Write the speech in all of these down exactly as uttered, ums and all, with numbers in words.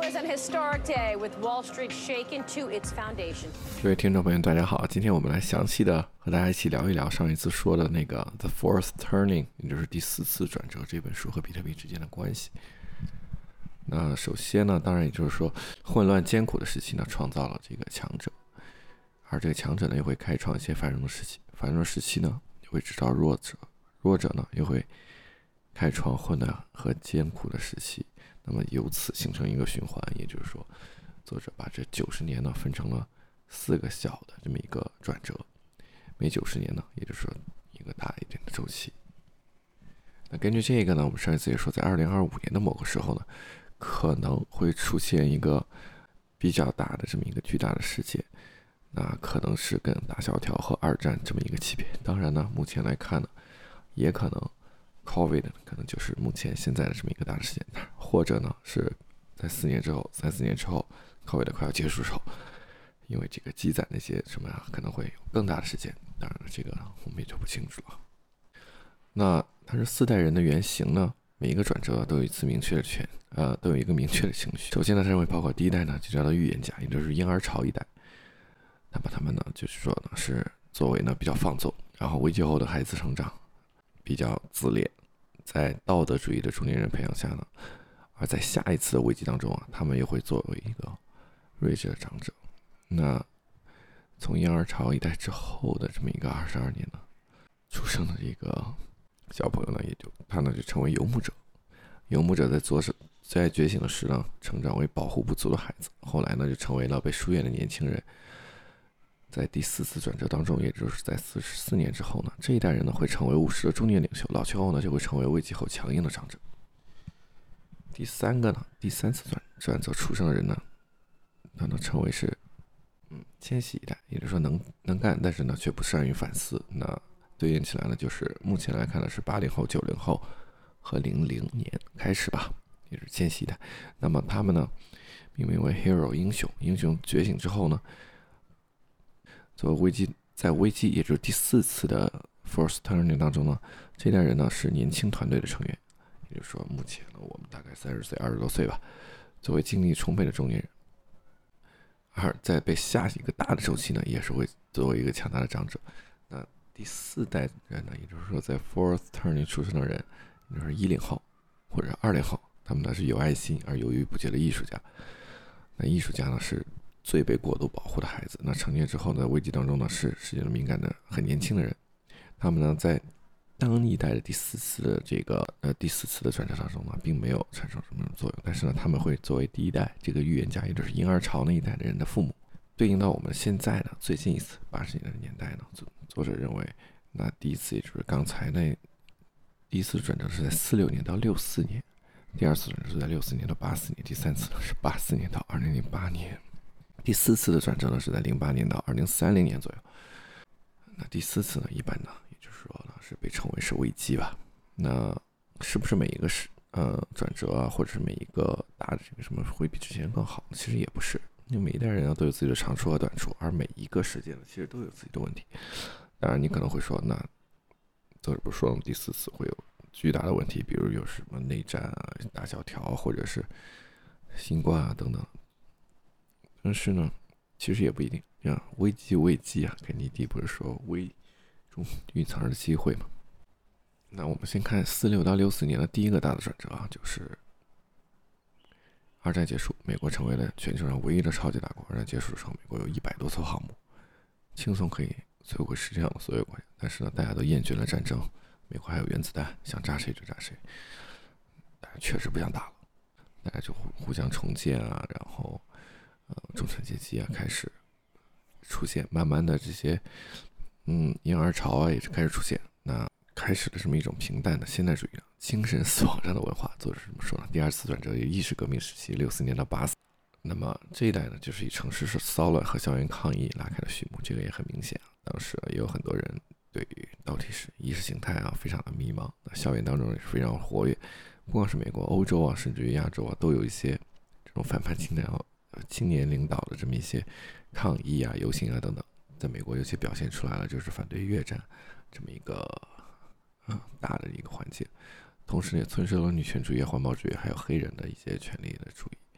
was an historic day with Wall Street shaken to its foundation. 各位听众朋友大家好，今天我们来详细的和大家一起聊一聊上一次说的那个 The Fourth Turning， 也就是第四次转折这本书和比特币之间的关系。那首先呢，当然也就是说混乱艰苦的时期呢创造了这个强者，而这个强者呢又会开创一些繁荣的时期，繁荣的时期呢又会制造弱者，弱者呢又会开创混乱和艰苦的时期，那么由此形成一个循环，也就是说作者把这九十年呢分成了四个小的这么一个转折，每九十年呢也就是说一个大一点的周期。那根据这个呢，我们上一次也说在二零二五年的某个时候呢可能会出现一个比较大的这么一个巨大的事件，那可能是跟大萧条和二战这么一个级别。当然呢目前来看呢也可能 COVID 可能就是目前现在的这么一个大的事件，或者呢是在四年之后三四年之后 COVID 快要结束的时候，因为这个积攒那些什么可能会有更大的事件，当然了这个我们也就不清楚了。那它是四代人的原型呢，每一个转折都有一次明确的权呃，都有一个明确的情绪。首先呢，他认为包括第一代呢就叫做预言家，也就是婴儿潮一代，那么他们呢就是说呢是作为呢比较放纵，然后危机后的孩子成长比较自恋，在道德主义的中年人培养下呢，而在下一次的危机当中啊，他们又会作为一个睿智的长者。那从婴儿潮一代之后的这么一个二十二年呢，出生的这个小朋友呢，也就他呢就成为游牧者。游牧者在做在觉醒的时呢，成长为保护不足的孩子，后来呢就成为了被疏远的年轻人。在第四次转折当中，也就是在四十四年之后呢，这一代人呢会成为务实的中年领袖，老去后呢就会成为危机后强硬的长者。第三个呢，第三次转转折出生的人呢，他能成为是嗯千禧一代，也就是说能能干，但是呢却不善于反思。那对应起来呢，就是目前来看呢是八零后、九零后和零零年开始吧，也是千禧一代。那么他们呢命名为 Hero 英雄，英雄觉醒之后呢，作为危机，在危机也就是第四次的 Fourth Turning 当中呢，这代人呢是年轻团队的成员，也就是说目前呢我们大概三十岁、二十多岁吧，作为精力充沛的中年人。而在被下一个大的周期呢，也是会作为一个强大的长者。那第四代人呢，也就是说在 Fourth Turning 出生的人，也就是一零后或者二零后，他们呢是有爱心而犹豫不决的艺术家。那艺术家呢是最被过度保护的孩子，那成年之后呢，危机当中呢是世界的敏感的很年轻的人，他们呢在当一代的第四次的这个呃第四次的转折当中呢，并没有产生什么作用，但是呢，他们会作为第一代这个预言家，也就是婴儿潮那一代的人的父母，对应到我们现在呢最近一次八十年代的年代呢，作者认为，那第一次也就是刚才那第一次转折是在四六年到六四年，第二次转折是在六四年到八四年，第三次呢是八四年到二零零八年。第四次的转折呢是在零八年到二零三零年左右。那第四次呢，一般呢，也就是说呢，是被称为是危机吧。那是不是每一个是呃转折啊，或者是每一个大的这个什么会比之前更好？其实也不是，因为每一代人呢都有自己的长处和短处，而每一个事件呢其实都有自己的问题。当然，你可能会说，那作者不是说了第四次会有巨大的问题，比如有什么内战啊、大萧条，或者是新冠啊等等。但是呢，其实也不一定啊，危机危机啊，肯尼迪不是说危中蕴藏着机会嘛？那我们先看四六到六四年的第一个大的转折啊，就是二战结束，美国成为了全球上唯一的超级大国。二战结束的时候，美国有一百多艘航母，轻松可以摧毁世界上的所有国家。但是呢，大家都厌倦了战争，美国还有原子弹，想炸谁就炸谁，大家确实不想打了，大家就互互相重建啊，然后。呃，中产阶级啊开始出现，慢慢的这些嗯婴儿潮啊也是开始出现，那开始的这么一种平淡的现代主义的精神死亡上的文化。作者是怎么说呢？第二次转折也意识革命时期，六四年到八四，那么这一代呢，就是以城市骚乱和校园抗议拉开了序幕，这个也很明显啊。当时也有很多人对于到底是意识形态啊非常的迷茫，那校园当中也是非常活跃，不光是美国、欧洲啊，甚至于亚洲啊，都有一些这种反叛青年啊。青年领导的这么一些抗议啊、游行啊等等，在美国尤其表现出来了，就是反对越战这么一个、嗯、大的一个环境，同时也催生了女权主义、环保主义，还有黑人的一些权利的主义。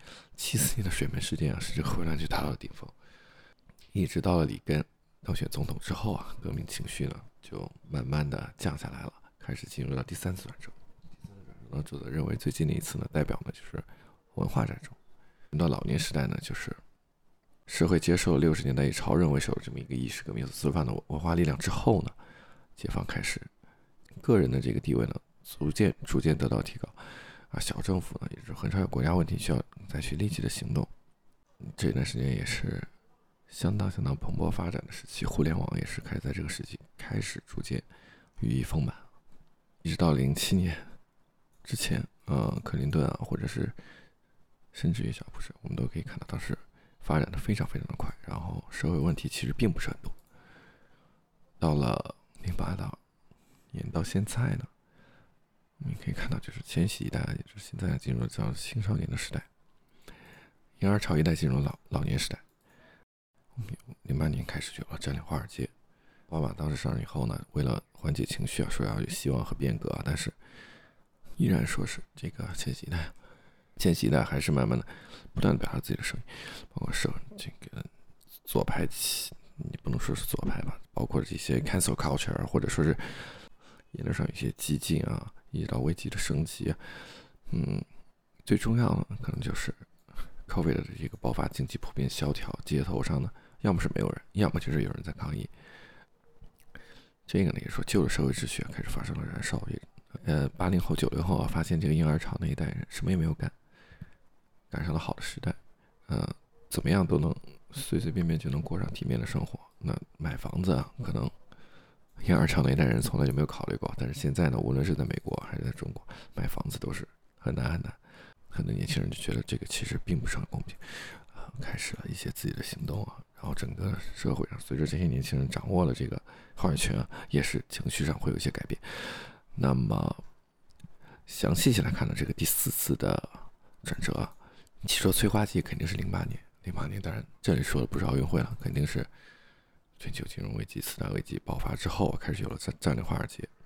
七四年的水门事件啊，使这个混乱就达到了顶峰。一直到了里根当选总统之后啊，革命情绪呢就慢慢的降下来了，开始进入到第三次转折。第三次转折呢，作者认为最近的一次呢，代表呢就是文化战争。到老年时代呢，就是社会接受了六十年代以潮人为首的这么一个意识革命所滋发的文化力量之后呢，解放开始，个人的这个地位呢逐渐逐渐得到提高，而小政府呢也是很少有国家问题需要采取立即的行动。这段时间也是相当相当蓬勃发展的时期，互联网也是开始在这个时期开始逐渐羽翼丰满，一直到零七年之前，呃，克林顿啊，或者是甚至于小布什，我们都可以看到当时发展的非常非常的快，然后社会问题其实并不是很多。到了零八到年到现在呢，你可以看到就是千禧一代，也就是现在进入了这样青少年的时代，婴儿潮一代进入老老年时代。零八年开始就有了占领华尔街，奥巴马当时上任以后呢，为了缓解情绪啊，说要有希望和变革啊，但是依然说是这个千禧一代，千禧一代还是慢慢的不断的表达自己的声音，包括是这个左派，你不能说是左派吧，包括这些 cancel culture 或者说是言论上有些激进啊，一直到危机的升级，嗯，最重要的可能就是 COVID 的这个爆发，经济普遍萧条，街头上呢要么是没有人，要么就是有人在抗议。这个呢也说旧的社会秩序开始发生了燃烧，也呃八零后九零后啊，发现这个婴儿潮那一代人什么也没有干，赶上了好的时代，呃怎么样都能随随便便就能过上体面的生活。那买房子啊，可能婴儿潮那一代人从来就没有考虑过，但是现在呢，无论是在美国还是在中国，买房子都是很难很难。很多年轻人就觉得这个其实并不是很公平，啊，开始了一些自己的行动啊，然后整个社会上随着这些年轻人掌握了这个话语权啊，也是情绪上会有一些改变。那么详细起来看呢，这个第四次的转折啊，其实催化剂肯定是零八年，零八年当然这里说的不是奥运会了，肯定是全球金融危机、次贷危机爆发之后，开始有了占占领华尔街。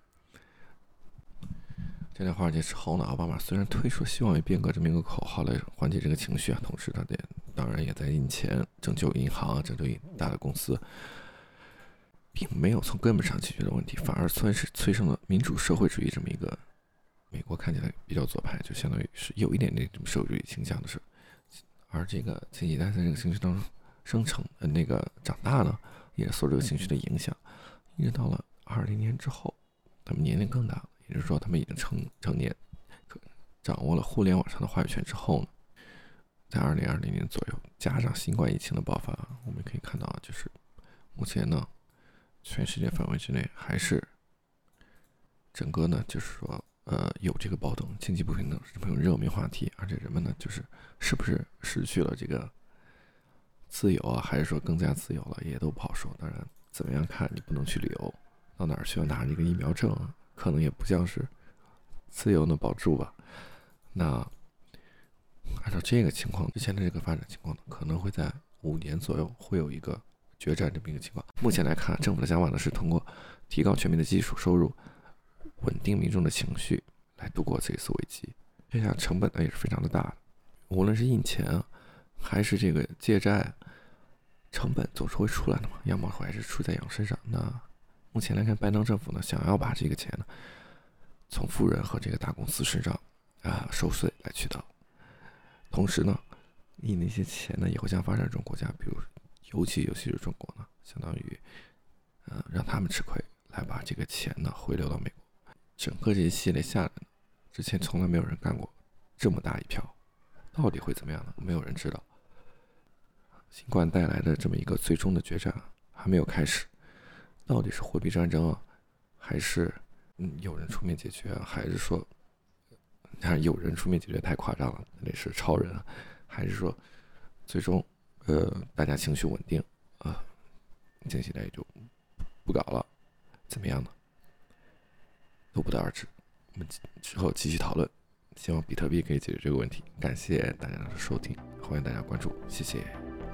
占领华尔街之后呢，奥巴马虽然推出希望与变革这么一个口号来缓解这个情绪啊，同时他也当然也在印钱拯救银行、拯救大的公司，并没有从根本上解决的问题，反而算是催生了民主社会主义这么一个美国看起来比较左派，就相当于是有一点那种社会主义倾向的事。而这个千禧一代在这个情绪当中生成呃那个长大呢，也受这个情绪的影响，一直到了二零年之后，他们年龄更大了。也就是说，他们已经成成年，掌握了互联网上的话语权之后呢，在二零二零年左右，加上新冠疫情的爆发，我们可以看到，就是目前呢，全世界范围之内还是整个呢，就是说，呃，有这个暴动、经济不平等这么一种热门话题，而且人们呢，就是是不是失去了这个自由啊，还是说更加自由了，也都不好说。当然，怎么样看，你不能去旅游，到哪儿去要拿这个疫苗证啊？可能也不像是自由的保住吧。那按照这个情况，之前的这个发展情况呢，可能会在五年左右会有一个决战这么一个情况。目前来看，政府的想法呢是通过提高全民的基础收入，稳定民众的情绪，来度过这次危机。这下成本呢也是非常的大的，无论是印钱啊，还是这个借债，成本总是会出来的嘛，要么还是出在羊身上。那目前来看，拜登政府呢想要把这个钱呢从富人和这个大公司身上啊、呃、收税来取到，同时呢，印那些钱呢也会向发展中国家，比如尤其尤其是中国呢，相当于呃让他们吃亏，来把这个钱呢回流到美国。整个这一系列下来呢，之前从来没有人干过这么大一票，到底会怎么样呢？没有人知道。新冠带来的这么一个最终的决战还没有开始。到底是货币战争啊，还是嗯有人出面解决啊，还是说，当然有人出面解决太夸张了，那是超人啊，还是说最终呃大家情绪稳定啊，千禧一代也就不搞了，怎么样呢？都不得而知。我们之后继续讨论，希望比特币可以解决这个问题。感谢大家的收听，欢迎大家关注，谢谢。